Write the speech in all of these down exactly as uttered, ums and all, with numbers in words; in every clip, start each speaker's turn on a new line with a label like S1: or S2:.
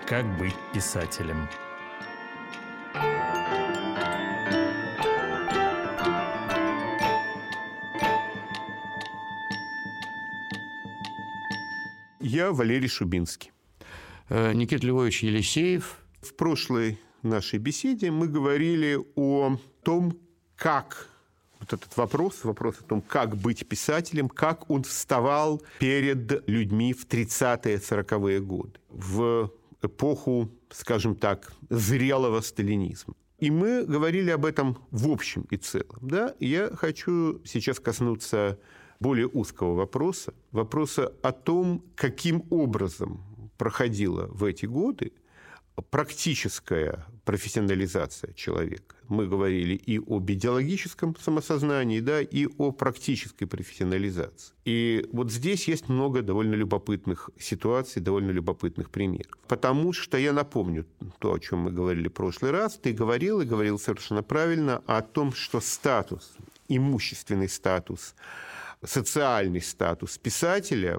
S1: Как быть писателем?
S2: Я Валерий Шубинский.
S3: Никита Львович Елисеев.
S2: В прошлой нашей беседе мы говорили о том, как вот этот вопрос, вопрос о том, как быть писателем, как он вставал перед людьми в тридцатые-сороковые годы, в эпоху, скажем так, зрелого сталинизма. И мы говорили об этом в общем и целом. Да? Я хочу сейчас коснуться более узкого вопроса, вопроса о том, каким образом проходила в эти годы практическая профессионализация человека. Мы говорили и об идеологическом самосознании, да, и о практической профессионализации. И вот здесь есть много довольно любопытных ситуаций, довольно любопытных примеров. Потому что я напомню то, о чем мы говорили в прошлый раз. Ты говорил, и говорил совершенно правильно, о том, что статус, имущественный статус, социальный статус писателя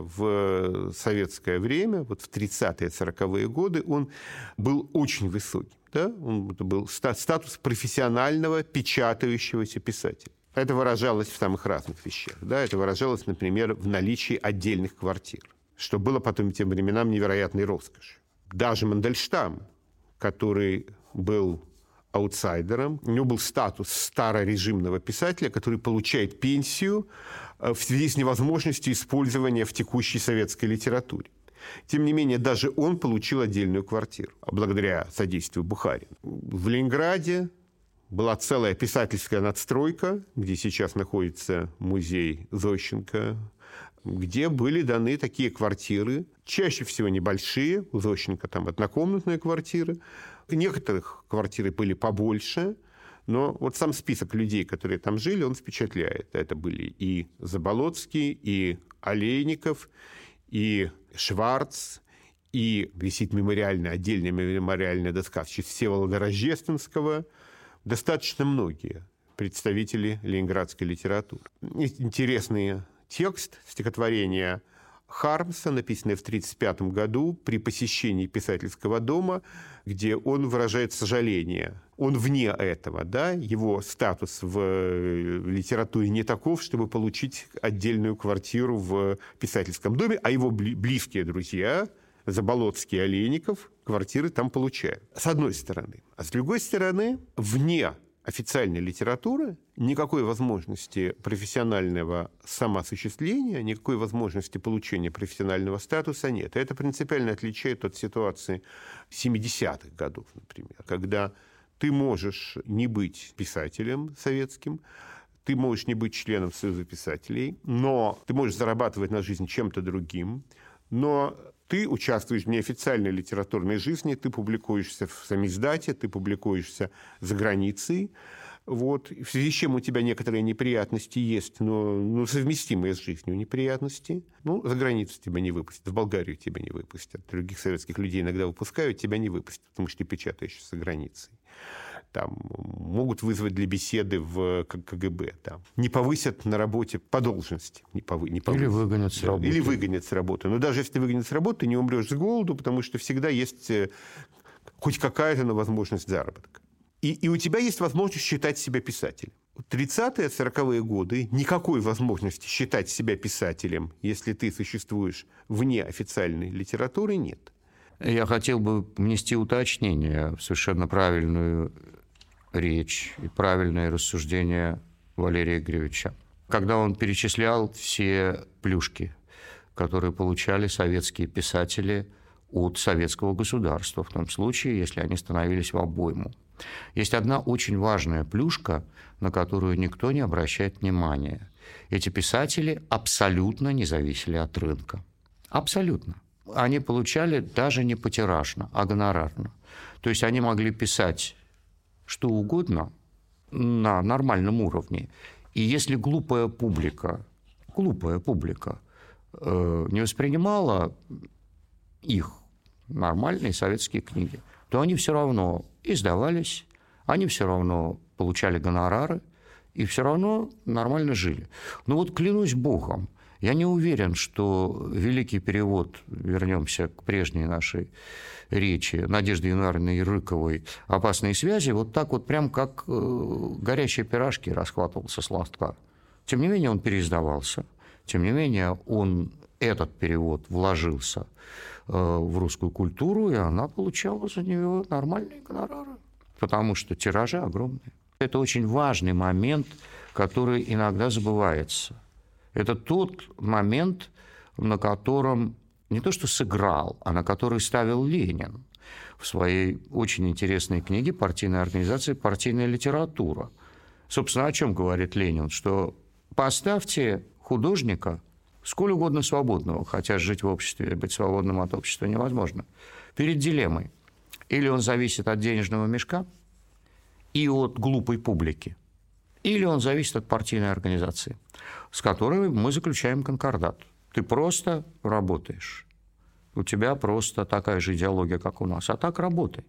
S2: в советское время, вот в тридцатые-сороковые годы, он был очень высокий. Да? Он, это был статус профессионального печатающегося писателя. Это выражалось в самых разных вещах. Да? Это выражалось, например, в наличии отдельных квартир, что было потом тем временам невероятной роскошью. Даже Мандельштам, который был аутсайдером, у него был статус старорежимного писателя, который получает пенсию в связи с невозможностью использования в текущей советской литературе. Тем не менее, даже он получил отдельную квартиру, благодаря содействию Бухарина. В Ленинграде была целая писательская надстройка, где сейчас находится музей Зощенко, где были даны такие квартиры, чаще всего небольшие, у Зощенко там однокомнатные квартиры. Некоторых квартиры были побольше, но вот сам список людей, которые там жили, он впечатляет. Это были и Заболоцкий, и Олейников, и Шварц, и висит мемориальная, отдельная мемориальная доска в честь Всеволода Рождественского. Достаточно многие представители ленинградской литературы. Есть интересный текст, стихотворение Хармса, написанное в тысяча девятьсот тридцать пятом году при посещении писательского дома, где он выражает сожаление. Он вне этого, да, его статус в литературе не таков, чтобы получить отдельную квартиру в писательском доме, а его близкие друзья, Заболоцкий и Олейников, квартиры там получают. С одной стороны. А с другой стороны, вне официальной литературы никакой возможности профессионального самоосуществления, никакой возможности получения профессионального статуса нет. И это принципиально отличает от ситуации семидесятых годов, например, когда ты можешь не быть писателем советским, ты можешь не быть членом Союза писателей, но ты можешь зарабатывать на жизнь чем-то другим, но ты участвуешь в неофициальной литературной жизни, ты публикуешься в самиздате, ты публикуешься за границей, вот, в связи с чем у тебя некоторые неприятности есть, но ну, совместимые с жизнью неприятности. Ну, за границу тебя не выпустят, в Болгарию тебя не выпустят. Других советских людей иногда выпускают, тебя не выпустят, потому что ты печатаешься за границей. Там, могут вызвать для беседы в КГБ. Там. Не повысят на работе по должности. Не повы, не повысят.
S3: Или выгонят с работы.
S2: Или выгонят с работы. Но даже если ты выгонят с работы, ты не умрешь с голоду, потому что всегда есть хоть какая-то но возможность заработка. И, и у тебя есть возможность считать себя писателем. В тридцатые-сороковые годы никакой возможности считать себя писателем, если ты существуешь вне официальной литературы, нет.
S3: Я хотел бы внести уточнение в совершенно правильную речь и правильное рассуждение Валерия Игоревича. Когда он перечислял все плюшки, которые получали советские писатели от советского государства, в том случае, если они становились в обойму. Есть одна очень важная плюшка, на которую никто не обращает внимания. Эти писатели абсолютно не зависели от рынка. Абсолютно. Они получали даже не потиражно, а гонорарно. То есть они могли писать что угодно на нормальном уровне. И если глупая публика, глупая публика э, не воспринимала их нормальные советские книги, то они все равно издавались, они все равно получали гонорары и все равно нормально жили. Но вот клянусь Богом, Я не уверен, что великий перевод, вернемся к прежней нашей речи, Надежды Януаревны Рыковой «Опасные связи», вот так вот прям как горячие пирожки расхватывался с лостка. Тем не менее, он переиздавался. Тем не менее, он, этот перевод вложился в русскую культуру, и она получала за него нормальные гонорары, потому что тиражи огромные. Это очень важный момент, который иногда забывается. Это тот момент, на котором не то что сыграл, а на который ставил Ленин в своей очень интересной книге «Партийная организация. Партийная литература». Собственно, о чем говорит Ленин? Что поставьте художника сколь угодно свободного, хотя жить в обществе и быть свободным от общества невозможно, перед дилеммой. Или он зависит от денежного мешка и от глупой публики, или он зависит от партийной организации, с которой мы заключаем конкордат. Ты просто работаешь. У тебя просто такая же идеология, как у нас. А так работай.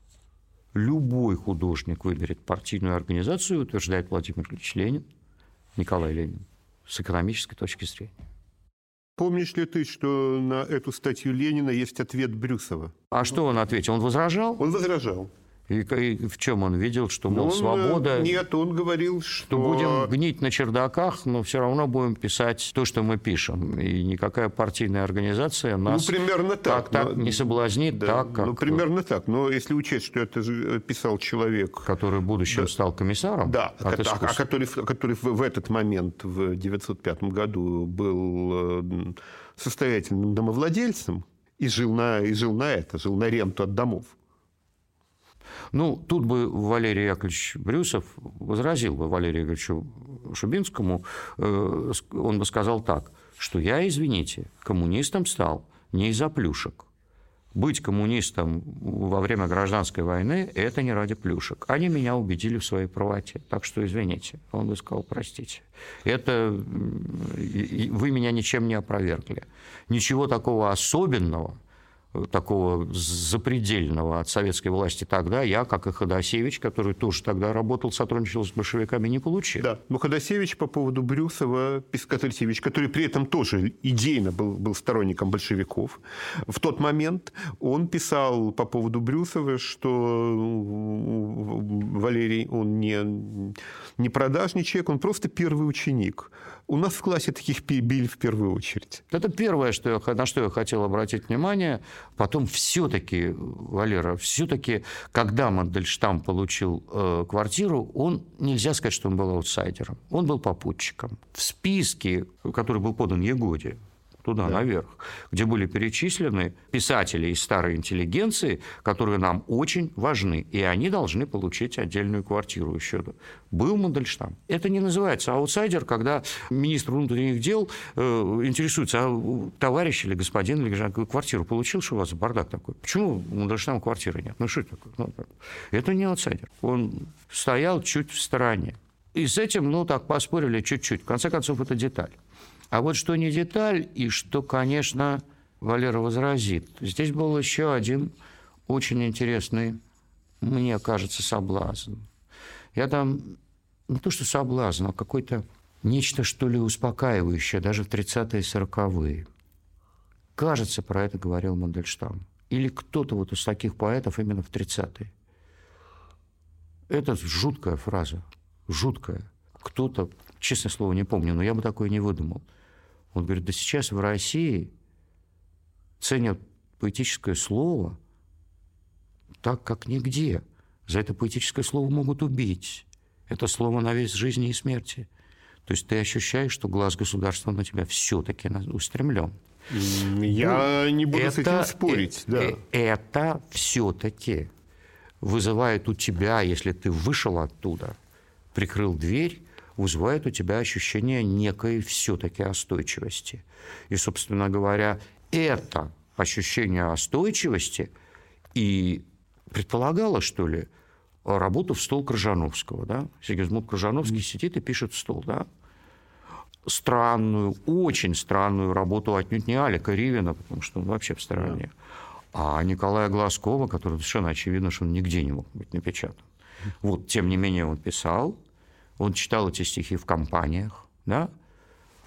S3: Любой художник выберет партийную организацию, утверждает Владимир Ильич Ленин, Николай Ленин, с экономической точки зрения.
S2: Помнишь ли ты, что на эту статью Ленина есть ответ Брюсова?
S3: А что он ответил? Он возражал?
S2: Он возражал.
S3: И, и в чем он видел, что, мол,
S2: он,
S3: свобода...
S2: Нет, он говорил, что...
S3: что будем гнить на чердаках, но все равно будем писать то, что мы пишем. И никакая партийная организация нас
S2: ну, примерно так,
S3: так,
S2: но...
S3: так не соблазнит,
S2: да,
S3: так, как...
S2: Ну, примерно так. Но если учесть, что это же писал человек...
S3: Который в будущем да. стал комиссаром
S2: да,
S3: от искусства.
S2: А, а который, который в этот момент, в девятьсот пятом году, был состоятельным домовладельцем и жил на, и жил на это, жил на ренту от домов.
S3: Ну, тут бы Валерий Яковлевич Брюсов возразил бы Валерию Яковлевичу Шубинскому, э, он бы сказал так, что я, извините, коммунистом стал не из-за плюшек. Быть коммунистом во время гражданской войны – это не ради плюшек. Они меня убедили в своей правоте, так что извините. Он бы сказал, простите. Это вы меня ничем не опровергли. Ничего такого особенного, такого запредельного от советской власти тогда я, как и Ходосевич, который тоже тогда работал, сотрудничал с большевиками, не получил.
S2: Да, но Ходосевич по поводу Брюсова, Ходосевич, который при этом тоже идейно был, был сторонником большевиков, в тот момент он писал по поводу Брюсова, что Валерий, он не, не продажный человек, он просто первый ученик. У нас в классе таких били в первую очередь.
S3: Это первое, что я, на что я хотел обратить внимание. Потом все-таки, Валера, все-таки, когда Мандельштам получил э, квартиру, он, нельзя сказать, что он был аутсайдером. Он был попутчиком. В списке, который был подан Ягоде, туда, да. наверх, где были перечислены писатели из старой интеллигенции, которые нам очень важны, и они должны получить отдельную квартиру еще. Был Мандельштам. Это не называется аутсайдер, когда министр внутренних дел э, интересуется, а товарищ или господин, или квартиру получил, что у вас бардак такой? Почему у Мандельштама квартиры нет? Ну, что это такое? Ну, это не аутсайдер. Он стоял чуть в стороне. И с этим, ну, так, поспорили чуть-чуть. В конце концов, это деталь. А вот что не деталь, и что, конечно, Валера возразит. Здесь был еще один очень интересный, мне кажется, соблазн. Я там, не то что соблазн, а какой-то нечто, что ли, успокаивающее, даже в тридцатые и сороковые. Кажется, про это говорил Мандельштам. Или кто-то вот из таких поэтов именно в тридцатые. Это жуткая фраза, жуткая. Кто-то, честное слово, не помню, но я бы такое не выдумал. Он говорит, да сейчас в России ценят поэтическое слово так, как нигде. За это поэтическое слово могут убить. Это слово на вес жизни и смерти. То есть ты ощущаешь, что глаз государства на тебя все-таки устремлен.
S2: Я ну, не буду
S3: это,
S2: с этим спорить.
S3: Э,
S2: да.
S3: э, это все-таки вызывает у тебя, если ты вышел оттуда, прикрыл дверь, вызывает у тебя ощущение некой все-таки остойчивости. И, собственно говоря, это ощущение остойчивости и предполагало, что ли, работу в стол Крыжановского. Да? Сигизмунд Крыжановский mm. сидит и пишет в стол. Да? Странную, очень странную работу отнюдь не Алика Ривина, потому что он вообще в стороне, mm. а Николая Глазкова, который совершенно очевидно, что он нигде не мог быть напечатан. Mm. Вот, тем не менее, он писал. Он читал эти стихи в компаниях, да?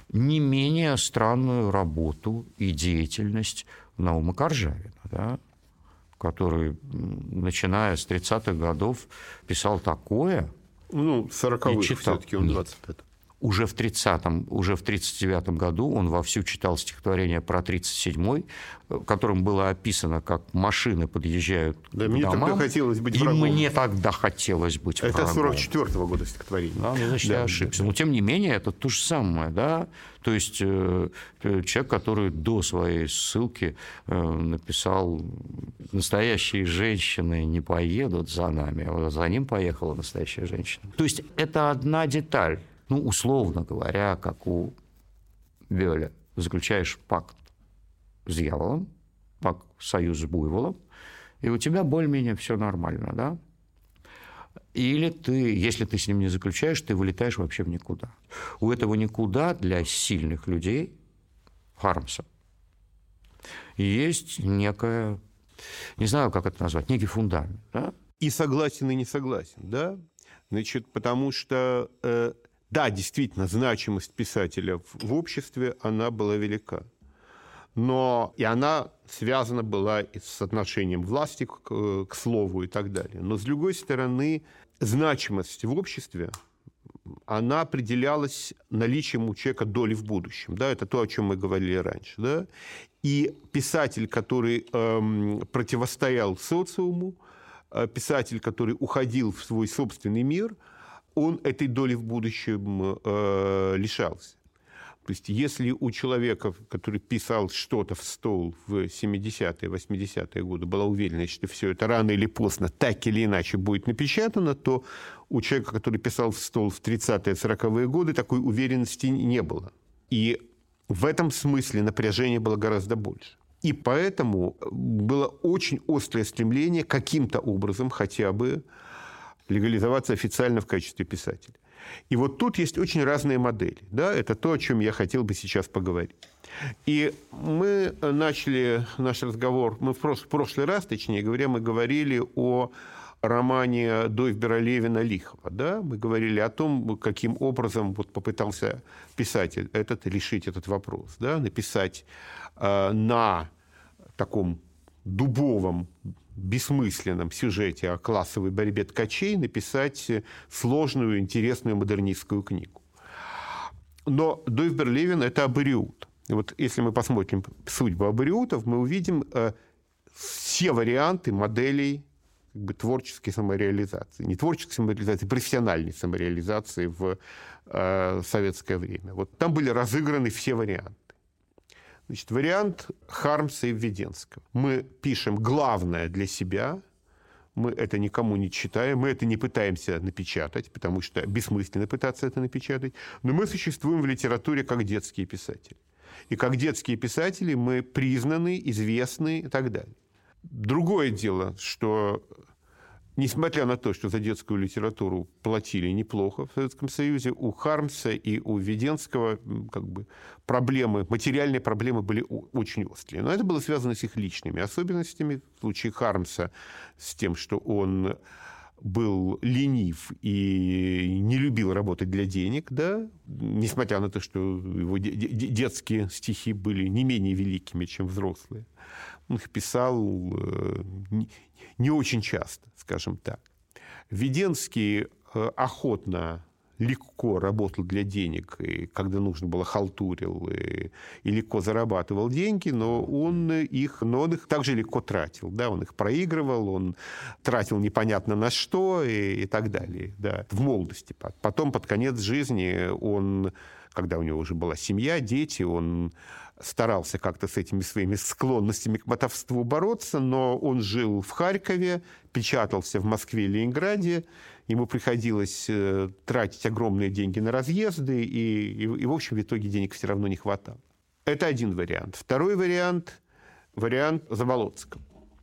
S3: не менее странную работу и деятельность Наума Коржавина, да, который, начиная с тридцатых годов, писал такое.
S2: Ну, сороковых все-таки он двадцать пятый.
S3: Уже в тридцатом, уже в тридцать девятом году он вовсю читал стихотворение про тридцать седьмой, в котором было описано, как машины подъезжают
S2: да,
S3: к
S2: мне
S3: домам.
S2: Тогда хотелось быть
S3: и
S2: врагом.
S3: мне тогда хотелось быть
S2: это
S3: врагом.
S2: Это сорок четвёртого года стихотворение.
S3: Да, ну, значит, да, я ошибся. Да. Но, тем не менее, это то же самое. Да? То есть э, человек, который до своей ссылки э, написал «Настоящие женщины не поедут за нами», а за ним поехала настоящая женщина. То есть это одна деталь. Ну, условно говоря, как у Бёля, заключаешь пакт с дьяволом, пакт, союз с буйволом, и у тебя более-менее все нормально, да? Или ты, если ты с ним не заключаешь, ты вылетаешь вообще в никуда. У этого никуда для сильных людей, Хармса, есть некая, не знаю, как это назвать, некий фундамент, да?
S2: И согласен, и не согласен, да? Значит, потому что... Э... Да, действительно, значимость писателя в обществе, она была велика. Но и она связана была и с отношением власти к, к слову и так далее. Но, с другой стороны, значимость в обществе, она определялась наличием у человека доли в будущем. Да? Это то, о чем мы говорили раньше. Да? И писатель, который эм, противостоял социуму, э, писатель, который уходил в свой собственный мир, он этой доли в будущем э, лишался. То есть если у человека, который писал что-то в стол в семидесятые, восьмидесятые годы, была уверенность, что все это рано или поздно так или иначе будет напечатано, то у человека, который писал в стол в тридцатые, сороковые годы, такой уверенности не было. И в этом смысле напряжение было гораздо больше. И поэтому было очень острое стремление каким-то образом хотя бы легализоваться официально в качестве писателя. И вот тут есть очень разные модели. Да? Это то, о чем я хотел бы сейчас поговорить. И мы начали наш разговор, мы в прошлый раз, точнее говоря, мы говорили о романе Дойбера Левина «Лихова». Да? Мы говорили о том, каким образом вот попытался писатель этот, решить этот вопрос. Да? Написать э, на таком дубовом, бессмысленном сюжете о классовой борьбе ткачей написать сложную, интересную модернистскую книгу. Но Дойбер Левин – это абориут. И вот если мы посмотрим судьбу абориутов, мы увидим э, все варианты моделей как бы, творческой самореализации. Не творческой самореализации, а профессиональной самореализации в э, советское время. Вот там были разыграны все варианты. Значит, вариант Хармса и Введенского. Мы пишем главное для себя, мы это никому не читаем, мы это не пытаемся напечатать, потому что бессмысленно пытаться это напечатать, но мы существуем в литературе как детские писатели. И как детские писатели мы признаны, известны и так далее. Другое дело, что, несмотря на то, что за детскую литературу платили неплохо в Советском Союзе, у Хармса и у Введенского как бы, проблемы, материальные проблемы были очень острые. Но это было связано с их личными особенностями. В случае Хармса с тем, что он был ленив и не любил работать для денег, да? Несмотря на то, что его детские стихи были не менее великими, чем взрослые. Он их писал не очень часто, скажем так. Введенский охотно, легко работал для денег, и когда нужно было, халтурил, и, и легко зарабатывал деньги, но он их, но он их также легко тратил. Да? Он их проигрывал, он тратил непонятно на что и, и так далее. Да? В молодости. Потом, под конец жизни, он, когда у него уже была семья, дети, он старался как-то с этими своими склонностями к мотовству бороться, но он жил в Харькове, печатался в Москве и Ленинграде, ему приходилось э, тратить огромные деньги на разъезды, и, и, и, в общем, в итоге денег все равно не хватало. Это один вариант. Второй вариант – вариант Заболоцкого.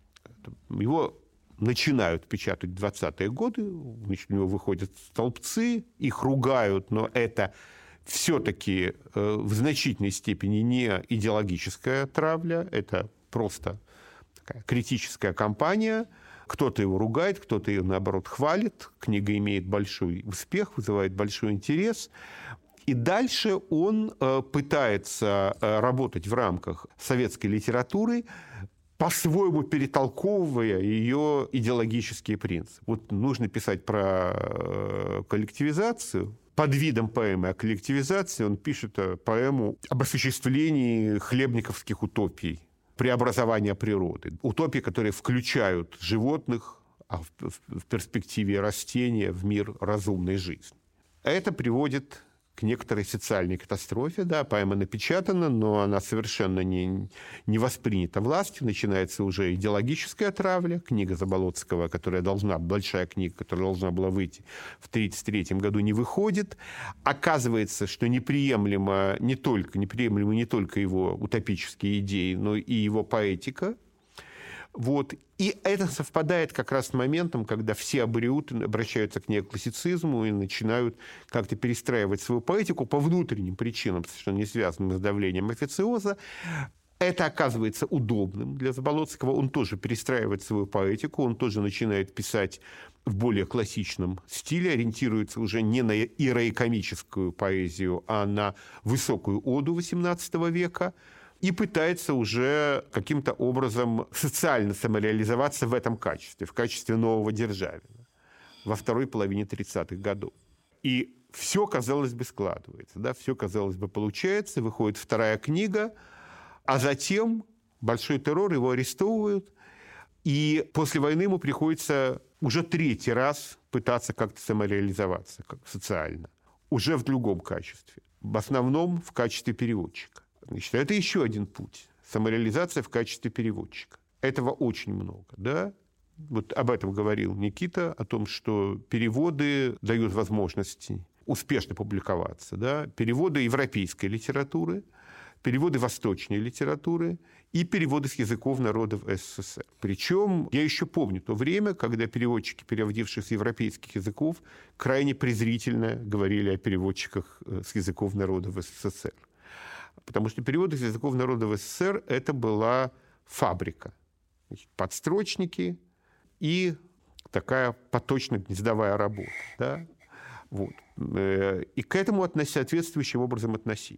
S2: Его начинают печатать в двадцатые годы, значит, у него выходят столбцы, их ругают, но это все-таки э, в значительной степени не идеологическая травля, это просто такая критическая кампания. Кто-то его ругает, кто-то ее, наоборот, хвалит. Книга имеет большой успех, вызывает большой интерес. И дальше он э, пытается э, работать в рамках советской литературы, по-своему перетолковывая ее идеологические принципы. Вот нужно писать про э, коллективизацию. Под видом поэмы о коллективизации он пишет поэму об осуществлении хлебниковских утопий, преобразования природы. Утопии, которые включают животных, а в перспективе растения в мир разумной жизни. Это приводит к некоторой социальной катастрофе. Да, поэма напечатана, но она совершенно не, не воспринята властью. Начинается уже идеологическая травля. Книга Заболоцкого, которая должна, большая книга, которая должна была выйти в тысяча девятьсот тридцать третьем году, не выходит. Оказывается, что неприемлемо не только, неприемлемо не только его утопические идеи, но и его поэтика. Вот. И это совпадает как раз с моментом, когда все абориуты обращаются к неоклассицизму и начинают как-то перестраивать свою поэтику по внутренним причинам, совершенно не связанным с давлением официоза. Это оказывается удобным для Заболоцкого. Он тоже перестраивает свою поэтику, он тоже начинает писать в более классичном стиле, ориентируется уже не на иероикомическую поэзию, а на высокую оду восемнадцатого века. И пытается уже каким-то образом социально самореализоваться в этом качестве, в качестве нового Державина во второй половине тридцатых годов. И все, казалось бы, складывается, да, все, казалось бы, получается, выходит вторая книга, а затем большой террор, его арестовывают, и после войны ему приходится уже третий раз пытаться как-то самореализоваться как социально, уже в другом качестве, в основном в качестве переводчика. Значит, это еще один путь. Самореализация в качестве переводчика. Этого очень много. Да? Вот об этом говорил Никита, о том, что переводы дают возможность успешно публиковаться. Да? Переводы европейской литературы, переводы восточной литературы и переводы с языков народов СССР. Причем я еще помню то время, когда переводчики, переводившие с европейских языков, крайне презрительно говорили о переводчиках с языков народов СССР. Потому что переводы с языков народов СССР – это была фабрика. Значит, подстрочники и такая поточно-гнездовая работа. Да? Вот. И к этому относ... соответствующим образом относились.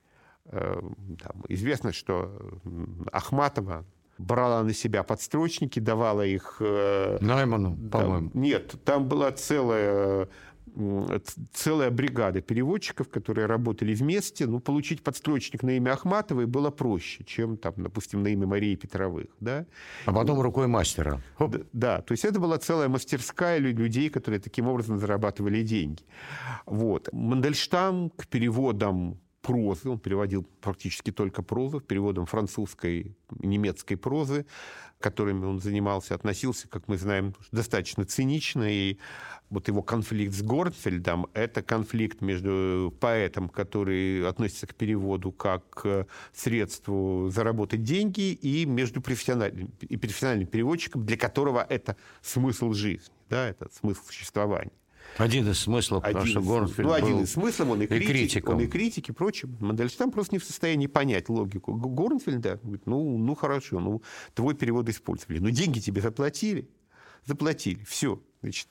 S2: Там известно, что Ахматова брала на себя подстрочники, давала их...
S3: Найману, по-моему.
S2: Там, нет, там была целая... целая бригада переводчиков, которые работали вместе. Ну, получить подстрочник на имя Ахматовой было проще, чем, там, допустим, на имя Марии Петровых. Да?
S3: А потом рукой мастера.
S2: Да, да, то есть это была целая мастерская людей, которые таким образом зарабатывали деньги. Вот. Мандельштам к переводам прозы, он переводил практически только прозу, переводом французской и немецкой прозы, которыми он занимался, относился, как мы знаем, достаточно цинично. И вот его конфликт с Горнфельдом – это конфликт между поэтом, который относится к переводу как к средству заработать деньги, и между профессиональным, и профессиональным переводчиком, для которого это смысл жизни, да, это смысл существования.
S3: Один из смыслов,
S2: один
S3: потому что
S2: из,
S3: Горнфельд
S2: ну, один
S3: был
S2: из смыслов, он и, критик,
S3: и критиком.
S2: Он и критик, и прочее. Мандельштам просто не в состоянии понять логику Горнфельда. Говорит, ну, ну хорошо, ну твой перевод использовали. Но деньги тебе заплатили. Заплатили. Все. Значит,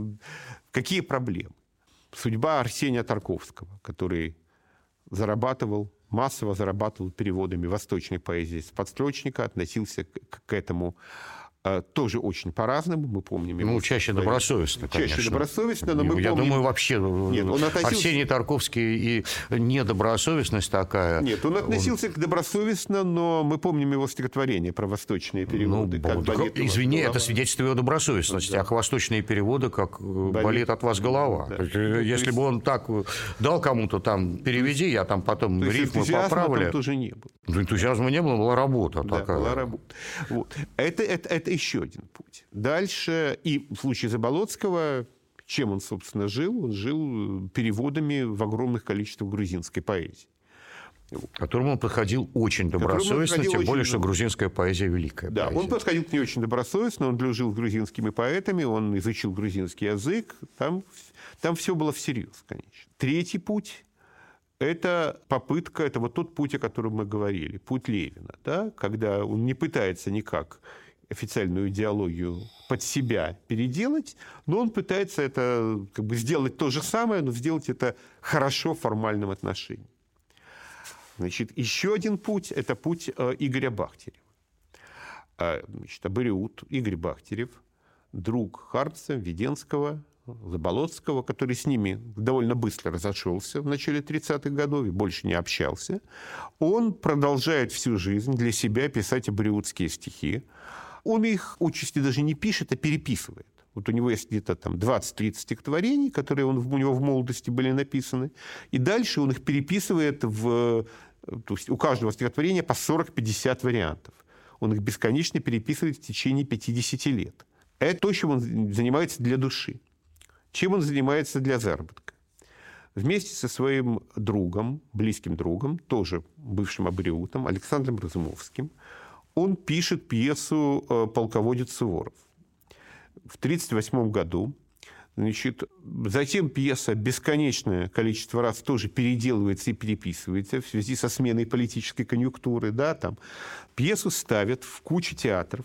S2: какие проблемы? Судьба Арсения Тарковского, который зарабатывал, массово зарабатывал переводами восточной поэзии с подстрочника, относился к, к этому тоже очень по-разному, мы помним.
S3: Ну, чаще свои... добросовестно, конечно.
S2: Чаще добросовестно, но мы
S3: Я
S2: помним...
S3: думаю, вообще Нет, он относился... Арсений Тарковский и недобросовестность такая...
S2: Нет, он относился он... к добросовестно, но мы помним его стихотворение про восточные переводы.
S3: Ну,
S2: как балет,
S3: извини, это свидетельствует о добросовестности, да. А восточные переводы, как балет, балет от вас голова. Да. Если есть... бы он так дал кому-то там, переведи, я там потом
S2: то
S3: рифмы поправлю.
S2: Там тоже не было.
S3: Ну, энтузиазма не было, была работа
S2: да,
S3: такая.
S2: была работа. Вот. Это, это, это еще один путь. Дальше, и в случае Заболоцкого, чем он, собственно, жил? Он жил переводами в огромных количествах грузинской поэзии.
S3: К которому он подходил очень добросовестно, тем более, очень... что грузинская поэзия великая.
S2: Да,
S3: поэзия.
S2: Он подходил к ней очень добросовестно, он дружил с грузинскими поэтами, он изучил грузинский язык, там, там все было всерьез, конечно. Третий путь – это попытка, это вот тот путь, о котором мы говорили, путь Левина, да? Когда он не пытается никак официальную идеологию под себя переделать, но он пытается это как бы сделать то же самое, но сделать это хорошо в формальном отношении. Значит, еще один путь – это путь Игоря Бахтерева. Значит, абориут Игорь Бахтерев, друг Хартса, Веденского, Заболоцкого, который с ними довольно быстро разошелся в начале тридцатых годов и больше не общался, он продолжает всю жизнь для себя писать абориутские стихи. Он их отчасти даже не пишет, а переписывает. Вот у него есть где-то там двадцать-тридцать стихотворений, которые он, у него в молодости были написаны, и дальше он их переписывает в... То есть у каждого стихотворения по сорок-пятьдесят вариантов. Он их бесконечно переписывает в течение пятидесяти лет. Это то, чем он занимается для души. Чем он занимается для заработка. Вместе со своим другом, близким другом, тоже бывшим абориутом, Александром Разумовским, он пишет пьесу «Полководец Суворов». В тридцать восьмом году. Значит, затем пьеса бесконечное количество раз тоже переделывается и переписывается в связи со сменой политической конъюнктуры. Да, там. Пьесу ставят в куче театров.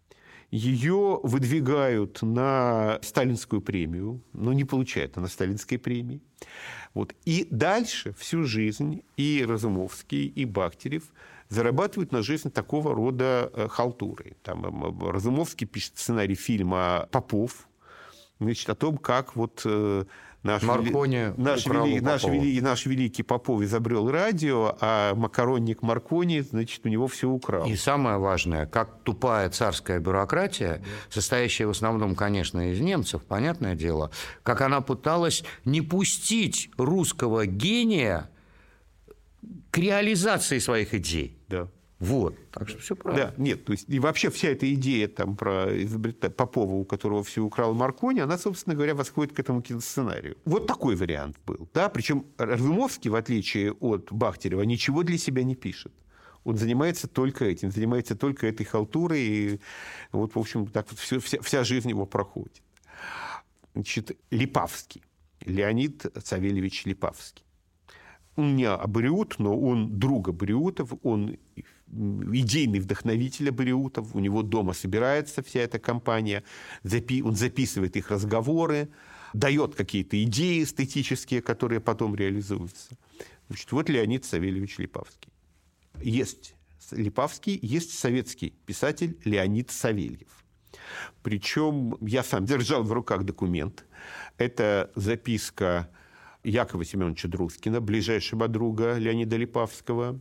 S2: Ее выдвигают на сталинскую премию, но не получает она сталинской премии. Вот. И дальше всю жизнь и Разумовский, и Бахтерев зарабатывают на жизнь такого рода халтурой. Там Разумовский пишет сценарий фильма «Попов», значит, о том, как вот э, наш, вели... наш, вели... наш, вели... наш великий Попов изобрел радио, а макаронник Маркони, значит, у него все украл.
S3: И самое важное, как тупая царская бюрократия, состоящая в основном, конечно, из немцев, понятное дело, как она пыталась не пустить русского гения к реализации своих идей.
S2: Да.
S3: Вот, так что все правильно.
S2: Да, нет, то есть и вообще вся эта идея там, про изобретателя Попова, у которого все украл Маркони, она, собственно говоря, восходит к этому киносценарию. Вот такой вариант был. Да? Причем Разумовский, в отличие от Бахтерева, ничего для себя не пишет. Он занимается только этим, занимается только этой халтурой, и вот, в общем, так вот все, вся, вся жизнь его проходит. Значит, Липавский, Леонид Савельевич Липавский. Он не абориут, но он друг абориутов, он идейный вдохновитель абориутов, у него дома собирается вся эта компания, он записывает их разговоры, дает какие-то идеи эстетические, которые потом реализуются. Значит, вот Леонид Савельевич Липавский. Есть Липавский, есть советский писатель Леонид Савельев. Причем я сам держал в руках документ. Это записка Якова Семеновича Друскина, ближайшего друга Леонида Липавского,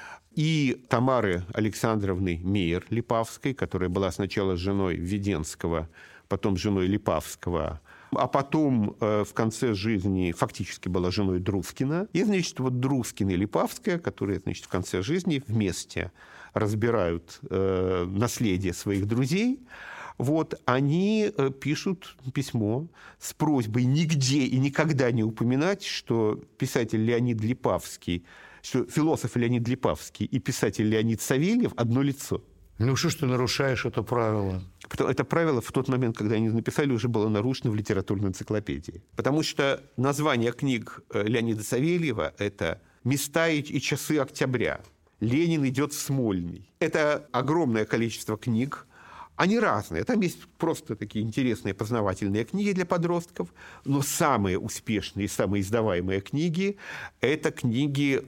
S2: и Тамары Александровны Мейер-Липавской, которая была сначала женой Веденского, потом женой Липавского, а потом э, в конце жизни фактически была женой Друскина. И, значит, вот Друскин и Липавская, которые, значит, в конце жизни вместе разбирают э, наследие своих друзей, вот, они пишут письмо с просьбой нигде и никогда не упоминать, что писатель Леонид Липавский, что философ Леонид Липавский и писатель Леонид Савельев одно лицо.
S3: Ну что ж ты нарушаешь это правило?
S2: Это правило в тот момент, когда они написали, уже было нарушено в литературной энциклопедии. Потому что название книг Леонида Савельева – это «Места и часы октября», «Ленин идет в Смольный». Это огромное количество книг. Они разные. Там есть просто такие интересные познавательные книги для подростков, но самые успешные и самые издаваемые книги – это книги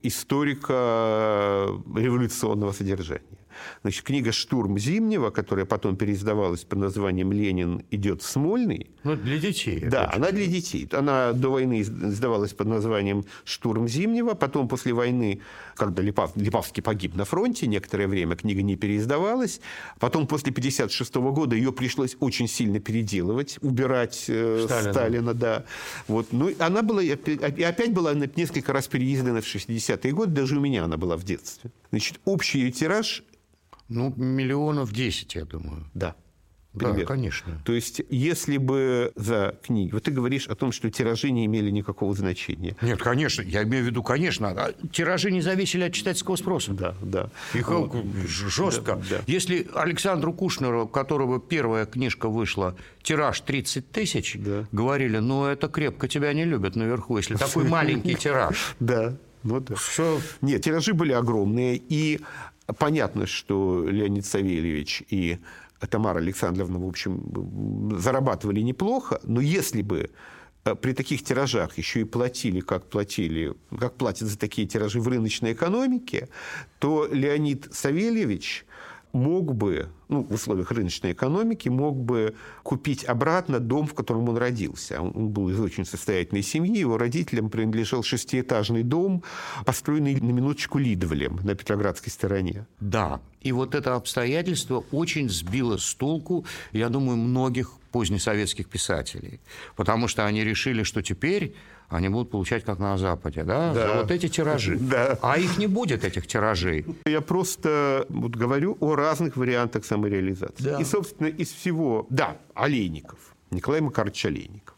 S2: историка революционного содержания. Значит, книга «Штурм Зимнего», которая потом переиздавалась под названием «Ленин идет в Смольный».
S3: Ну, для детей.
S2: Да, она для детей. Она до войны издавалась под названием «Штурм Зимнего». Потом, после войны, когда Липав, Липавский погиб на фронте, некоторое время книга не переиздавалась. Потом, после тысяча девятьсот пятьдесят шестого года, ее пришлось очень сильно переделывать, убирать э, Сталина. Сталина да. Вот. Ну, она была, и опять была несколько раз переиздана в шестидесятые годы. Даже у меня она была в детстве. Значит, общий тираж...
S3: Ну, миллионов десять, я думаю.
S2: Да.
S3: Пример. Да, конечно.
S2: То есть, если бы за книги... Вот ты говоришь о том, что тиражи не имели никакого значения.
S3: Нет, конечно. Я имею в виду, конечно. Тиражи не зависели от читательского спроса.
S2: Да, да.
S3: Их вот. Жестко. Да, да. Если Александру Кушнеру, у которого первая книжка вышла, тираж тридцать тысяч, да. говорили, ну, это крепко тебя не любят наверху, если такой маленький тираж.
S2: Да. Ну, да. Нет, тиражи были огромные. И понятно, что Леонид Савельевич и Тамара Александровна, в общем, зарабатывали неплохо, но если бы при таких тиражах еще и платили, как платили, как платят за такие тиражи в рыночной экономике, то Леонид Савельевич мог бы, ну, в условиях рыночной экономики, мог бы купить обратно дом, в котором он родился. Он был из очень состоятельной семьи, его родителям принадлежал шестиэтажный дом, построенный на минуточку Лидовлем на Петроградской стороне.
S3: Да, и вот это обстоятельство очень сбило с толку, я думаю, многих позднесоветских писателей, потому что они решили, что теперь они будут получать как на Западе, да,
S2: да.
S3: за вот эти тиражи.
S2: Да.
S3: А их не будет, этих тиражей.
S2: Я просто вот говорю о разных вариантах самореализации.
S3: Да.
S2: И, собственно, из всего... Да, Олейников, Николай Макарович Олейников.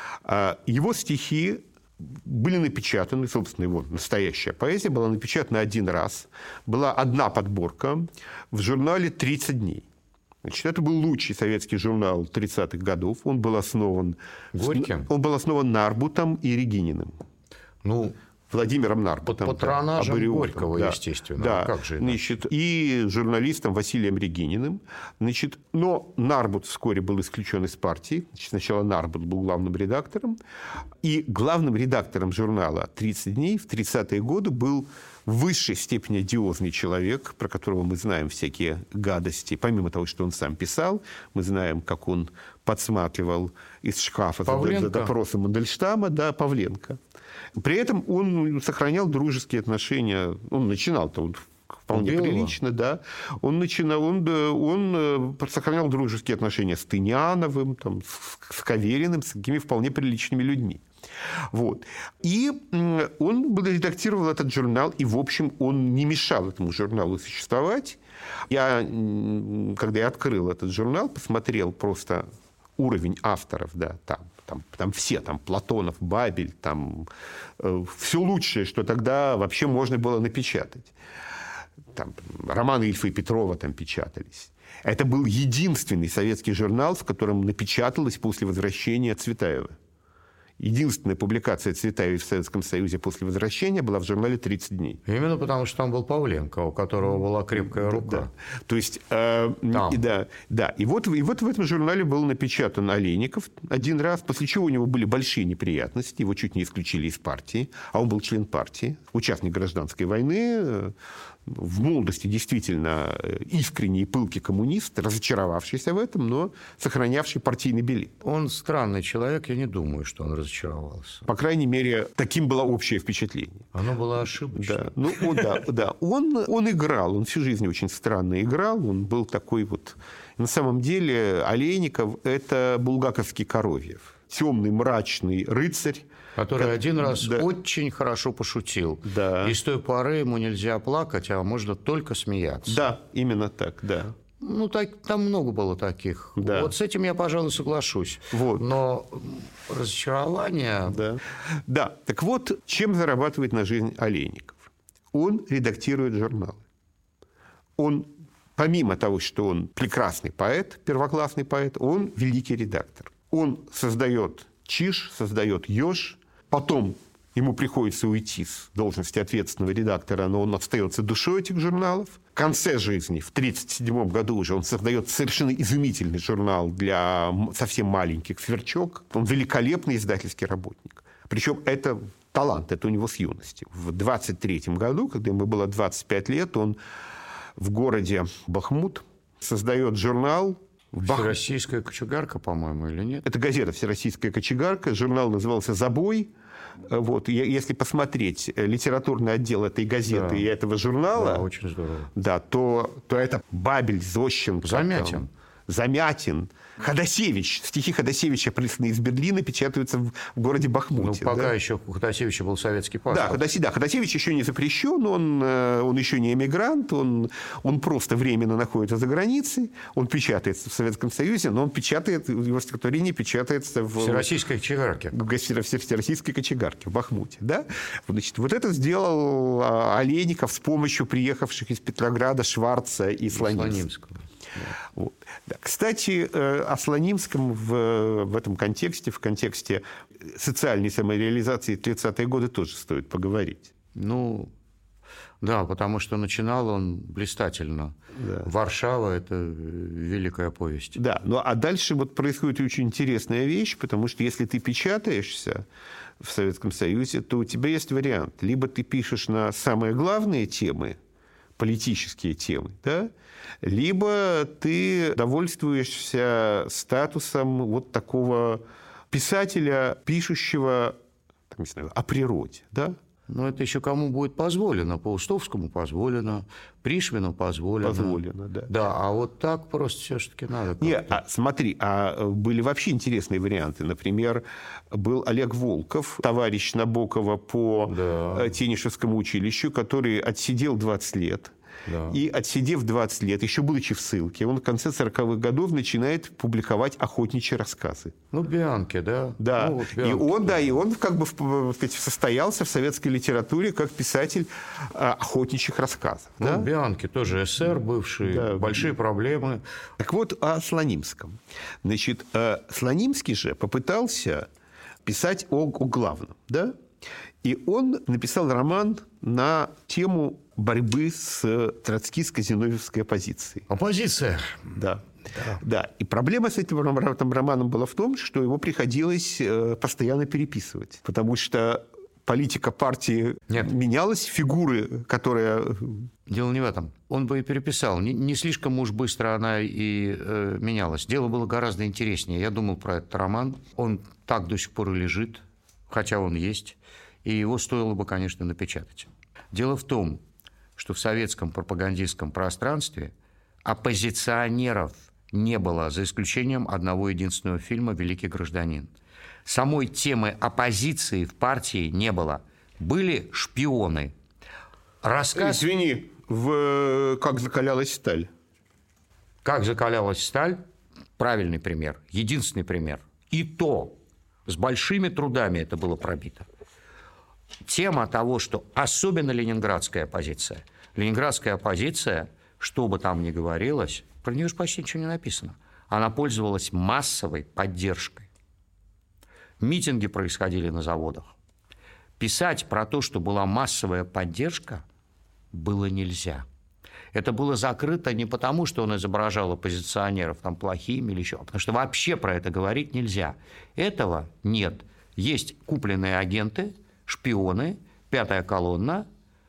S2: Его стихи были напечатаны, собственно, его настоящая поэзия была напечатана один раз. Была одна подборка в журнале «тридцать дней». Значит, это был лучший советский журнал тридцатых годов. Он был основан...
S3: Горьким?
S2: Он был основан Нарбутом и Регининым.
S3: Ну...
S2: Владимиром Нарбутом.
S3: Под патронажем
S2: да,
S3: Горького,
S2: да,
S3: естественно.
S2: Да.
S3: А как же
S2: Значит, и журналистом Василием Регининым. Значит, но Нарбут вскоре был исключен из партии. Значит, сначала Нарбут был главным редактором. И главным редактором журнала «тридцать дней» в тридцатые годы был в высшей степени одиозный человек, про которого мы знаем всякие гадости. Помимо того, что он сам писал, мы знаем, как он подсматривал из шкафа за, за допросом Мандельштама, да, Павленко. При этом он сохранял дружеские отношения. Он начинал-то он вполне
S3: Белого.
S2: прилично, да. Он, начинал, он, он сохранял дружеские отношения с Тыняновым, там, с, с Кавериным, с такими вполне приличными людьми. Вот. И он редактировал этот журнал, и, в общем, он не мешал этому журналу существовать. Я, когда я открыл этот журнал, посмотрел просто уровень авторов, да, там. Там, там все, там Платонов, Бабель, там э, все лучшее, что тогда вообще можно было напечатать. Там романы Ильфа и Петрова там печатались. Это был единственный советский журнал, в котором напечаталось после возвращения Цветаева. Единственная публикация Цветаева в Советском Союзе после возвращения была в журнале «тридцать дней».
S3: Именно потому, что там был Павленко, у которого была крепкая рука.
S2: Да, да. То есть, э, и, да, да. И, вот, и вот в этом журнале был напечатан Олейников один раз, после чего у него были большие неприятности, его чуть не исключили из партии, а он был член партии, участник гражданской войны, в молодости действительно искренний и пылкий коммунист, разочаровавшийся в этом, но сохранявший партийный билет.
S3: Он странный человек, я не думаю, что он разочаровался.
S2: По крайней мере, таким было общее впечатление.
S3: Оно было ошибочным.
S2: Да, ну, о, да, да. Он, он играл, он всю жизнь очень странно играл, он был такой вот... На самом деле Олейников – это булгаковский Коровьев. Темный, мрачный рыцарь,
S3: который как... один раз
S2: да.
S3: очень хорошо пошутил.
S2: Да.
S3: И с той поры ему нельзя плакать, а можно только смеяться.
S2: Да, именно так, да.
S3: Ну, так, там много было таких.
S2: Да.
S3: Вот с этим я, пожалуй, соглашусь.
S2: Вот.
S3: Но разочарование...
S2: Да. Да. Так вот, чем зарабатывает на жизнь Олейников? Он редактирует журналы. Он, помимо того, что он прекрасный поэт, первоклассный поэт, он великий редактор. Он создает «Чиж», создает «Еж», потом ему приходится уйти с должности ответственного редактора, но он остается душой этих журналов. В конце жизни, в тысяча девятьсот тридцать седьмом году уже, он создает совершенно изумительный журнал для совсем маленьких «Сверчок». Он великолепный издательский работник. Причем это талант, это у него с юности. В двадцать третьем году, когда ему было двадцать пять лет, он в городе Бахмут создает журнал.
S3: Всероссийская кочегарка, по-моему, или нет?
S2: Это газета «Всероссийская кочегарка». Журнал назывался «Забой». Вот. Если посмотреть литературный отдел этой газеты, да, и этого журнала,
S3: да, очень здорово.
S2: Да, то, то это Бабель, Зощенко.
S3: Замятин.
S2: Там, Замятин. Ходосевич. Стихи Ходосевича, присланные из Берлина, печатаются в, в городе Бахмуте.
S3: Ну, пока
S2: да?
S3: еще у Ходосевича был советский паспорт.
S2: Да, Ходосе, да, Ходосевич еще не запрещен, он, он еще не эмигрант, он, он просто временно находится за границей, он печатается в Советском Союзе, но он печатает, его стихотворение печатается в...
S3: Всероссийской кочегарке.
S2: В Всероссийской кочегарке в Бахмуте. Да? Значит, вот это сделал Олейников с помощью приехавших из Петрограда Шварца и Слонимского. Вот. Да. Кстати, о Слонимском в, в этом контексте, в контексте социальной самореализации тридцатые годы тоже стоит поговорить.
S3: Ну, Да, потому что начинал он блистательно.
S2: Да.
S3: «Варшава» — это великая повесть.
S2: Да, ну а дальше вот происходит очень интересная вещь, потому что если ты печатаешься в Советском Союзе, то у тебя есть вариант. Либо ты пишешь на самые главные темы, политические темы, да, либо ты довольствуешься статусом вот такого писателя, пишущего, там, не знаю, о природе, да?
S3: Но это еще кому будет позволено. Паустовскому позволено, Пришвину позволено.
S2: Позволено, да.
S3: Да, а вот так просто все-таки надо.
S2: Не, а, смотри, а были вообще интересные варианты. Например, был Олег Волков, товарищ Набокова по да. Тенишевскому училищу, который отсидел двадцать лет. Да. И, отсидев двадцать лет, еще будучи в ссылке, он в конце сороковых годов начинает публиковать охотничьи рассказы.
S3: Ну, Бианки, да?
S2: Да.
S3: Ну, вот Бианки,
S2: и он,
S3: да.
S2: да, и он как бы состоялся в советской литературе как писатель охотничьих рассказов.
S3: Ну,
S2: да?
S3: Бианки тоже эсер бывший, да. Большие проблемы.
S2: Так вот, о Слонимском. Значит, Слонимский же попытался писать о, о главном, да? И он написал роман на тему борьбы с троцкистско-зиновьевской оппозицией.
S3: Оппозиция.
S2: Да. Да. Да. И проблема с этим романом была в том, что его приходилось постоянно переписывать. Потому что политика партии Нет. менялась, фигуры, которые...
S3: Дело не в этом. Он бы и переписал. Не, не слишком уж быстро она и э, менялась. Дело было гораздо интереснее. Я думал про этот роман. Он так до сих пор и лежит, хотя он есть. И его стоило бы, конечно, напечатать. Дело в том, что в советском пропагандистском пространстве оппозиционеров не было, за исключением одного единственного фильма «Великий гражданин». Самой темы оппозиции в партии не было. Были шпионы. Рассказ...
S2: Извини, в «Как закалялась сталь».
S3: «Как закалялась сталь» – правильный пример, единственный пример. И то с большими трудами это было пробито. Тема того, что особенно ленинградская оппозиция. Ленинградская оппозиция, что бы там ни говорилось, про нее же почти ничего не написано. Она пользовалась массовой поддержкой. Митинги происходили на заводах. Писать про то, что была массовая поддержка, было нельзя. Это было закрыто не потому, что он изображал оппозиционеров там плохими или еще, а потому что вообще про это говорить нельзя. Этого нет. Есть купленные агенты, шпионы, пятая колонна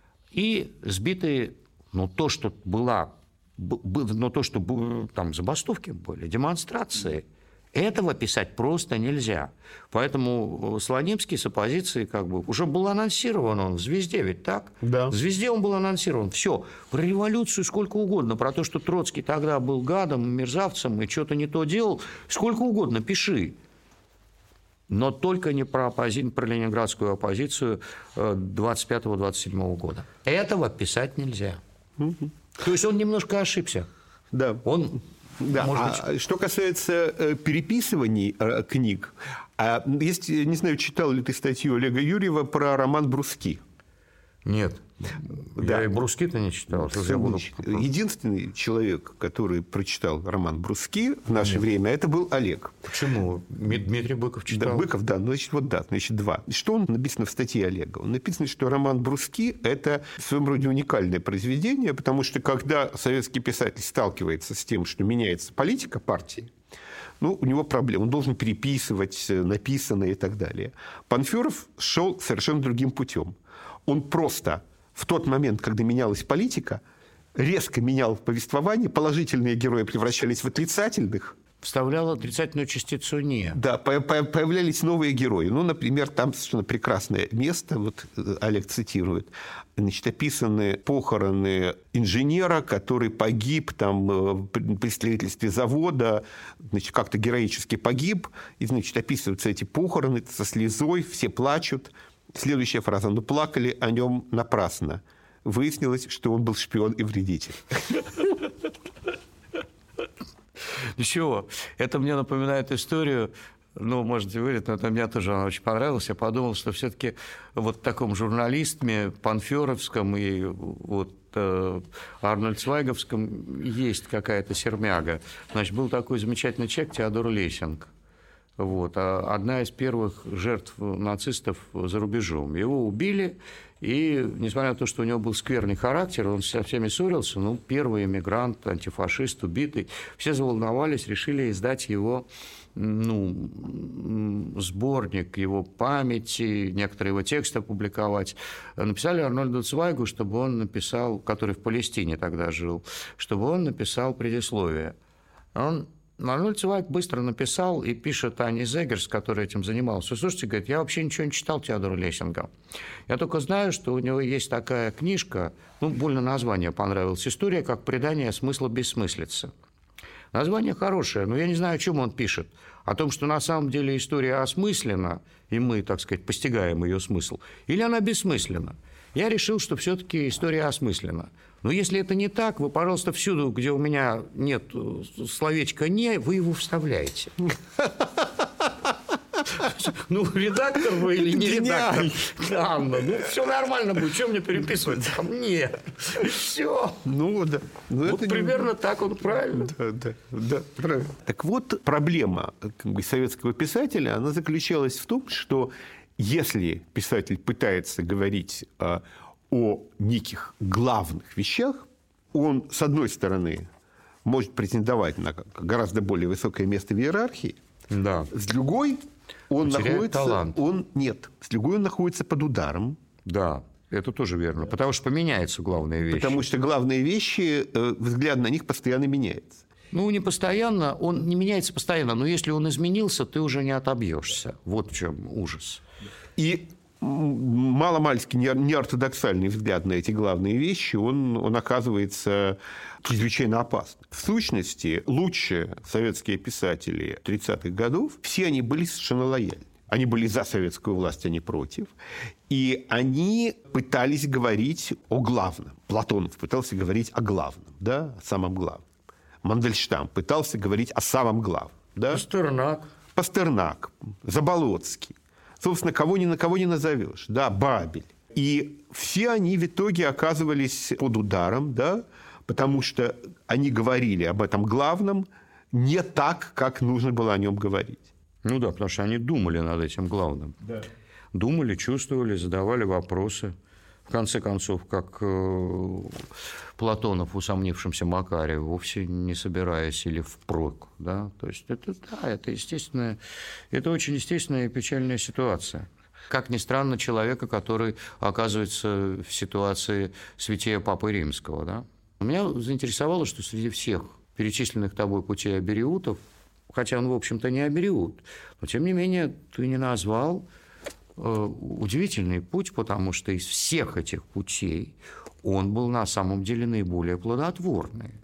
S3: и сбитые, ну, то, что была, ну, то, что там забастовки были, демонстрации, этого писать просто нельзя. Поэтому Слонимский с оппозицией как бы уже был анонсирован, он в «Звезде» ведь так?
S2: Да.
S3: В «Звезде» он был анонсирован. Все, про революцию сколько угодно, про то, что Троцкий тогда был гадом, мерзавцем и что-то не то делал, сколько угодно пиши. Но только не про, оппози... про ленинградскую оппозицию двадцать пятого — двадцать седьмого года. Этого писать нельзя. Угу. То есть он немножко ошибся.
S2: Да.
S3: Он,
S2: да.
S3: может
S2: а
S3: быть...
S2: Что касается переписываний книг, есть, не знаю, читал ли ты статью Олега Юрьева про роман «Бруски»?
S3: Нет. Да. Я и «Бруски»-то не читал. Я буду...
S2: Единственный человек, который прочитал роман «Бруски» в наше Нет. время, это был Олег.
S3: Почему? Дмитрий Быков читал?
S2: Да, Быков, да. Ну, значит, вот да, значит, два. Что он написано в статье Олега? Он написано, что роман «Бруски» – это в своем роде уникальное произведение, потому что когда советский писатель сталкивается с тем, что меняется политика партии, ну, у него проблемы. Он должен переписывать написанное и так далее. Панферов шел совершенно другим путем. Он просто в тот момент, когда менялась политика, резко менял повествование, положительные герои превращались в отрицательных.
S3: Вставлял отрицательную частицу «не».
S2: Да, появлялись новые герои. Ну, например, там совершенно прекрасное место, вот Олег цитирует, значит, описаны похороны инженера, который погиб там при строительстве завода, значит, как-то героически погиб, и, значит, описываются эти похороны со слезой, все плачут. Следующая фраза. «Но плакали о нем напрасно. Выяснилось, что он был шпион и вредитель».
S3: Ничего. Это мне напоминает историю, ну, можете говорить, но это мне тоже она очень понравилась. Я подумал, что все-таки вот в таком журналистме панферовском и вот э, арнольдцвайговском есть какая-то сермяга. Значит, был такой замечательный человек Теодор Лессинг. Вот. А одна из первых жертв нацистов за рубежом. Его убили, и, несмотря на то, что у него был скверный характер, он со всеми ссорился, ну, первый эмигрант, антифашист, убитый. Все заволновались, решили издать его, ну, сборник его памяти, некоторые его тексты опубликовать. Написали Арнольду Цвайгу, чтобы он написал, который в Палестине тогда жил, чтобы он написал предисловие. Он Арнольд Цвайг быстро написал и пишет Ане Зегерс, который этим занимался. Слушайте, говорит, я вообще ничего не читал Теодора Лессинга. Я только знаю, что у него есть такая книжка, ну, больно название понравилось, «История как предание смысла бессмыслицы». Название хорошее, но я не знаю, о чем он пишет. О том, что на самом деле история осмыслена, и мы, так сказать, постигаем ее смысл, или она бессмысленна. Я решил, что все-таки история осмыслена. Но если это не так, вы, пожалуйста, всюду, где у меня нет словечка «не», вы его вставляете. Ну, редактор вы или не редактор? Анна, ну, все нормально будет. Что мне переписывать? Там нет. Все.
S2: Ну, да. Ну,
S3: вот примерно не... так он правильно.
S2: Да, да, да, правильно. Так вот, проблема как бы, советского писателя, она заключалась в том, что если писатель пытается говорить а, о неких главных вещах, он, с одной стороны, может претендовать на гораздо более высокое место в иерархии,
S3: да.
S2: С другой он находится,
S3: талант.
S2: Он, нет, с другой он находится под ударом.
S3: Да, это тоже верно, потому что поменяются главные вещи.
S2: Потому что главные вещи, взгляд на них постоянно меняется.
S3: Ну, не постоянно, он не меняется постоянно, но если он изменился, ты уже не отобьешься. Вот в чем ужас.
S2: И маломальски неортодоксальный взгляд на эти главные вещи, он, он оказывается чрезвычайно опасным. В сущности, лучшие советские писатели тридцатых годов, все они были совершенно лояльны. Они были за советскую власть, а не против. И они пытались говорить о главном. Платонов пытался говорить о главном, да, о самом главном. Мандельштам пытался говорить о самом главном. Да?
S3: Пастернак.
S2: Пастернак, Заболоцкий. Собственно, кого ни на кого не назовешь. Да, Бабель. И все они в итоге оказывались под ударом, да, потому что они говорили об этом главном не так, как нужно было о нем говорить.
S3: Ну да, потому что они думали над этим главным.
S2: Да.
S3: Думали, чувствовали, задавали вопросы. В конце концов, как э, Платонов, усомнившимся Макаре, вовсе не собираясь или впрок. Да? То есть это, да, это естественная, это очень естественная и печальная ситуация. Как ни странно, человека, который оказывается в ситуации святея Папы Римского. Да? Меня заинтересовало, что среди всех перечисленных тобой путей абериутов, хотя он, в общем-то, не абериут, но, тем не менее, ты не назвал удивительный путь, потому что из всех этих путей он был на самом деле наиболее плодотворный.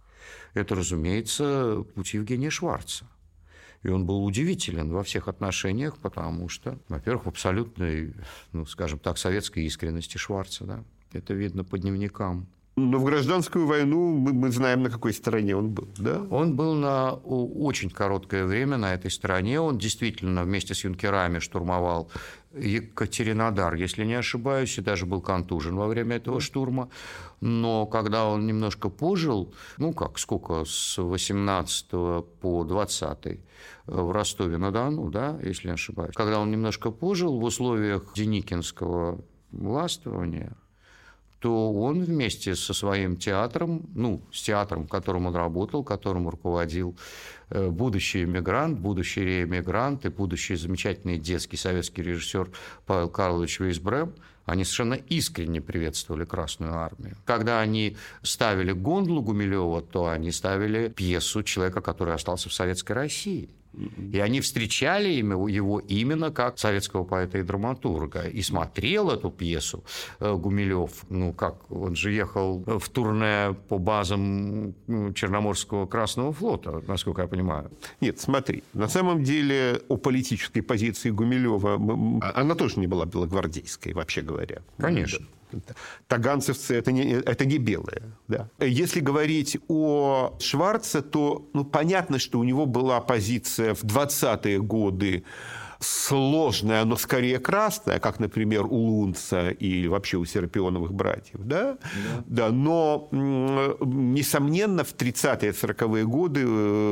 S3: Это, разумеется, путь Евгения Шварца. И он был удивителен во всех отношениях, потому что, во-первых, в абсолютной, ну, скажем так, советской искренности Шварца. Да? Это видно по дневникам.
S2: Но в гражданскую войну мы, мы знаем, на какой стороне он был. Да?
S3: Он был на очень короткое время на этой стороне. Он действительно вместе с юнкерами штурмовал Екатеринодар, если не ошибаюсь, и даже был контужен во время этого штурма. Но когда он немножко пожил, ну как, сколько, с восемнадцатого по двадцатый в Ростове-на-Дону, да, если не ошибаюсь, когда он немножко пожил в условиях деникинского властвования, то он вместе со своим театром, ну, с театром, в котором он работал, которым руководил будущий эмигрант, будущий реэмигрант и будущий замечательный детский советский режиссер Павел Карлович Вейсбрем, они совершенно искренне приветствовали Красную Армию. Когда они ставили Гондлу Гумилева, то они ставили пьесу человека, который остался в Советской России. И они встречали его именно как советского поэта и драматурга. И смотрел эту пьесу Гумилев, ну как, он же ехал в турне по базам Черноморского Красного флота, насколько я понимаю.
S2: Нет, смотри, на самом деле о политической позиции Гумилева, она тоже не была белогвардейской, вообще говоря.
S3: Конечно.
S2: Таганцевцы – это не, это не белые. Да. Если говорить о Шварце, то ну, понятно, что у него была позиция в двадцатые годы сложное, оно скорее красное, как, например, у Лунца и вообще у Серапионовых братьев, да? Да. Да, но, несомненно, в тридцатые сороковые годы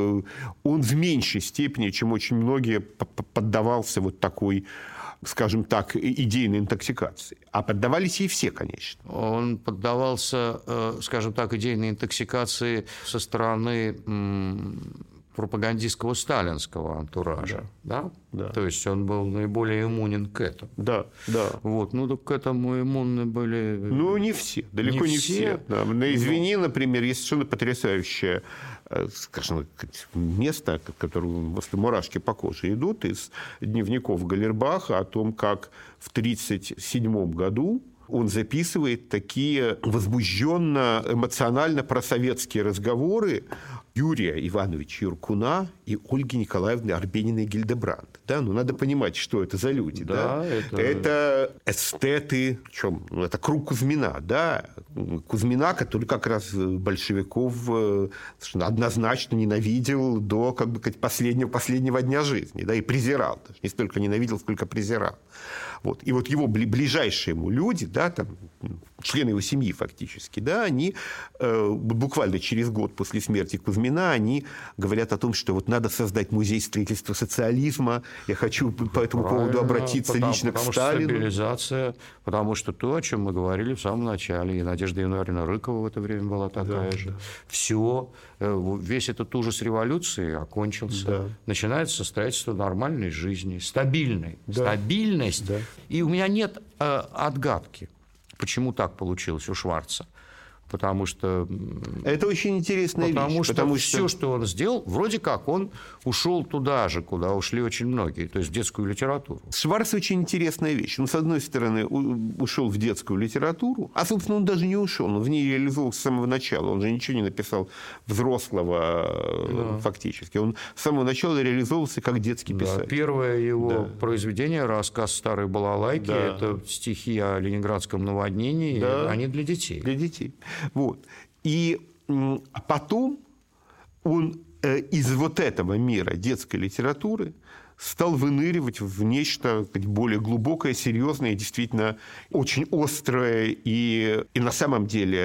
S2: он в меньшей степени, чем очень многие, поддавался вот такой, скажем так, идейной интоксикации. А поддавались ей все, конечно.
S3: Он поддавался, скажем так, идейной интоксикации со стороны пропагандистского сталинского антуража. Да. Да? Да. То есть он был наиболее иммунен к этому.
S2: Да, да.
S3: Вот. Ну, так к этому иммунны были...
S2: Ну, не все, далеко не, не все. все. Да. На «Извини», но... например, есть совершенно потрясающее, скажем, место, которое после мурашки по коже идут, из дневников Галлербаха о том, как в тридцать седьмом году он записывает такие возбужденно, эмоционально просоветские разговоры Юрия Ивановича Юркуна и Ольги Николаевны Арбениной-Гильдебранд. Да? Ну, надо понимать, что это за люди. Да, да? Это... это эстеты, причем, ну, это круг Кузьмина. Да? Кузьмина, который как раз большевиков однозначно ненавидел до как бы, последнего, последнего дня жизни. Да? И презирал. Даже не столько ненавидел, сколько презирал. Вот. И вот его ближайшие ему люди, да, там, члены его семьи фактически, да, они э, буквально через год после смерти Кузьмина они говорят о том, что вот надо создать музей строительства социализма. Я хочу по этому Правильно, поводу обратиться потому, лично
S3: потому
S2: к Сталину.
S3: Потому что стабилизация, потому что то, о чем мы говорили в самом начале, и Надежда Януарьевна Рыкова в это время была такая да, же. Да. Все, весь этот ужас революции окончился. Да. Начинается строительство нормальной жизни, стабильной. Да. Стабильность. Да. И у меня нет э, отгадки, почему так получилось у Шварца. Потому что...
S2: Это очень интересная
S3: потому
S2: вещь.
S3: Что
S2: потому
S3: что
S2: все,
S3: что он сделал, вроде как он ушел туда же, куда ушли очень многие, то есть в детскую литературу.
S2: Шварц очень интересная вещь. Он, с одной стороны, ушел в детскую литературу, а, собственно, он даже не ушел. Он в ней реализовался с самого начала. Он же ничего не написал взрослого да. фактически. Он с самого начала реализовывался как детский писатель.
S3: Да, первое его да. произведение, рассказ «Старой балалайки», да. это стихи о ленинградском наводнении, да. они для детей.
S2: Для детей. Вот. И потом он из вот этого мира детской литературы стал выныривать в нечто более глубокое, серьезное, действительно очень острое. И, и на самом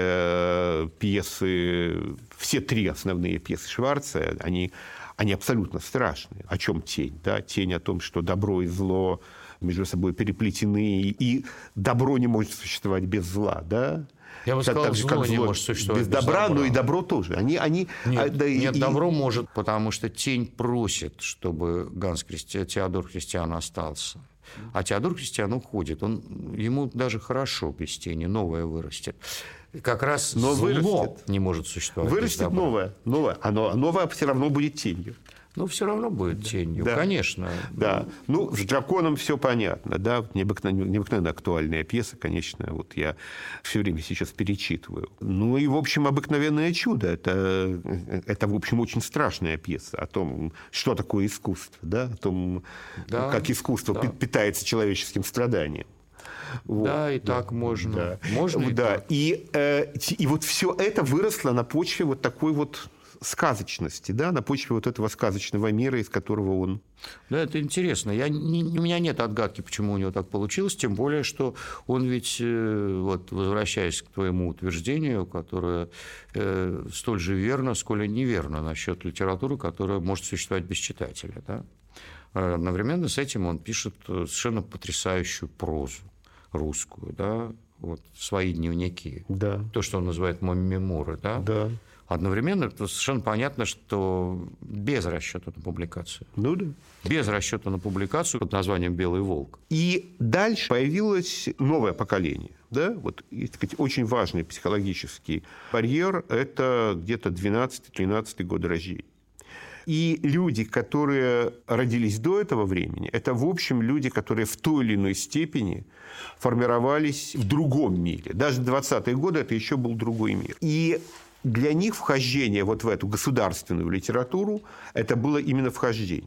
S2: деле пьесы, все три основные пьесы Шварца, они, они абсолютно страшные. О чем «Тень»? Да? «Тень» о том, что добро и зло между собой переплетены, и добро не может существовать без зла, да?
S3: Я бы сказал, так же, зло, как зло не может существовать без,
S2: без добра,
S3: добра,
S2: но и добро тоже. Они, они,
S3: нет,
S2: а, да,
S3: нет
S2: и,
S3: добро и... может, потому что «Тень» просит, чтобы Ганс Христи... Теодор Христиан остался. А Теодор Христиан уходит. Он... Ему даже хорошо без «Тени», новое вырастет. Как раз но зло вырастет. Не может существовать
S2: вырастет
S3: без добра.
S2: новое, новое. Оно, новое все равно будет тенью.
S3: Ну, все равно будет тенью, да. конечно.
S2: Да. Ну, с «Драконом» все понятно, да, необыкновенно, необыкновенно актуальная пьеса, конечно, вот я все время сейчас перечитываю. Ну, и, в общем, «Обыкновенное чудо» это, это, в общем, очень страшная пьеса о том, что такое искусство, да, о том, да. как искусство да. питается человеческим страданием.
S3: Вот. Да, и так да. можно.
S2: Да.
S3: Можно и
S2: да.
S3: так.
S2: И, э, и вот все это выросло на почве вот такой вот сказочности, да, на почве вот этого сказочного мира, из которого он...
S3: Да, это интересно. Я, не, у меня нет отгадки, почему у него так получилось, тем более, что он ведь, вот, возвращаясь к твоему утверждению, которое э, столь же верно, сколь и неверно насчет литературы, которая может существовать без читателя, да? Одновременно с этим он пишет совершенно потрясающую прозу русскую, да, вот, свои дневники,
S2: да.
S3: то, что он называет мемуары, да.
S2: Да.
S3: Одновременно совершенно понятно, что без расчета на публикацию.
S2: Ну да.
S3: Без расчета на публикацию под названием «Белый волк».
S2: И дальше появилось новое поколение. Да? Вот, и, так сказать, очень важный психологический барьер – это где-то двенадцатый-тринадцатый год рождения. И люди, которые родились до этого времени, это, в общем, люди, которые в той или иной степени формировались в другом мире. Даже двадцатые годы – это еще был другой мир. И для них вхождение вот в эту государственную литературу – это было именно вхождение.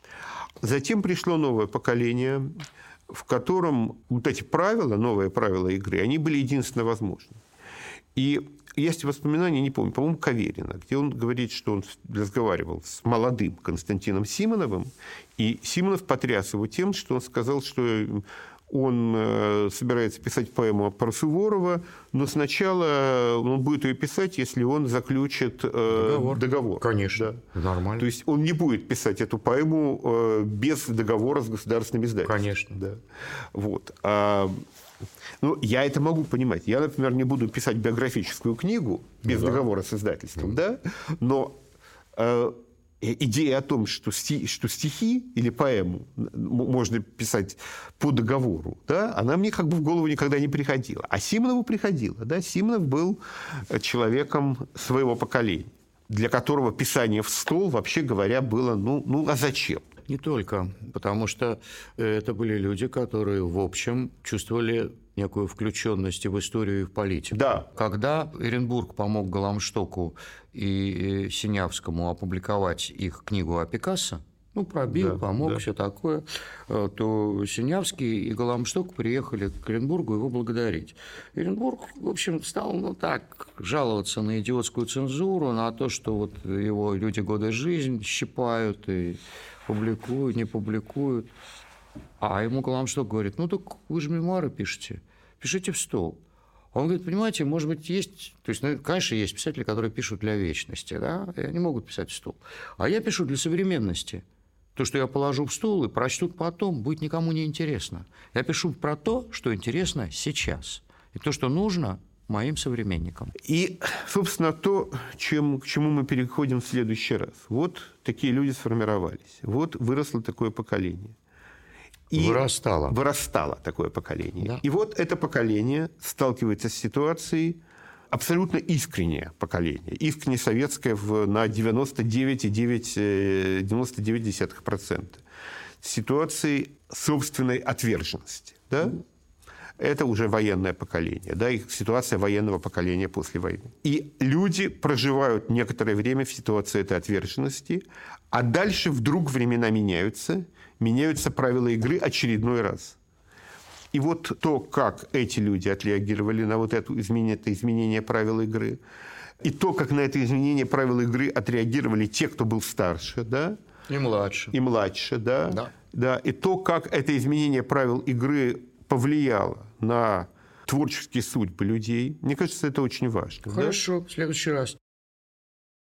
S2: Затем пришло новое поколение, в котором вот эти правила, новые правила игры, они были единственно возможны. И есть воспоминания, не помню, по-моему, Каверина, где он говорит, что он разговаривал с молодым Константином Симоновым, и Симонов потряс его тем, что он сказал, что он собирается писать поэму про Суворова, но сначала он будет ее писать, если он заключит договор. договор.
S3: Конечно,
S2: да.
S3: Нормально.
S2: То есть он не будет писать эту поэму без договора с государственным издательством.
S3: Конечно.
S2: Да. Вот. Ну, я это могу понимать. Я, например, не буду писать биографическую книгу без да. договора с издательством, да, да? Но э, идея о том, что, сти, что стихи или поэму можно писать по договору, да, она мне как бы в голову никогда не приходила. А Симонову приходила. Да? Симонов был человеком своего поколения, для которого писание в стол, вообще говоря, было, ну, ну а зачем?
S3: Не только, потому что это были люди, которые, в общем, чувствовали некую включенность и в историю, и в политику.
S2: Да.
S3: Когда Эренбург помог Голомштоку и Синявскому опубликовать их книгу о Пикассо, ну, пробил, да, помог, да. все такое, то Синявский и Голомшток приехали к Эренбургу его благодарить. Эренбург, в общем, стал, ну, так, жаловаться на идиотскую цензуру, на то, что вот его люди года жизни щипают и публикуют, не публикуют. А ему Голомшток говорит: ну, так вы же мемуары пишете, пишите в стол. Он говорит: понимаете, может быть, есть... То есть, ну, конечно, есть писатели, которые пишут для вечности, да, и они могут писать в стол. А я пишу для современности. То, что я положу в стол и прочтут потом, будет никому не интересно. Я пишу про то, что интересно сейчас. И то, что нужно моим современникам.
S2: И, собственно, то, чем, к чему мы переходим в следующий раз. Вот такие люди сформировались. Вот выросло такое поколение. И
S3: вырастало.
S2: Вырастало такое поколение.
S3: Да.
S2: И вот это поколение сталкивается с ситуацией, абсолютно искреннее поколение, искренне советское в, на девяносто девять целых девяносто девять десятых процента. Ситуацией собственной отверженности. Да? Это уже военное поколение, да, и ситуация военного поколения после войны. И люди проживают некоторое время в ситуации этой отверженности, а дальше вдруг времена меняются, меняются правила игры очередной раз. И вот то, как эти люди отреагировали на вот это изменение, это изменение правил игры, и то, как на это изменение правил игры отреагировали те, кто был старше, да,
S3: и младше,
S2: и младше, да,
S3: да.
S2: Да, и то, как это изменение правил игры повлияло на творческие судьбы людей, мне кажется, это очень важно.
S3: Хорошо, да? В следующий раз.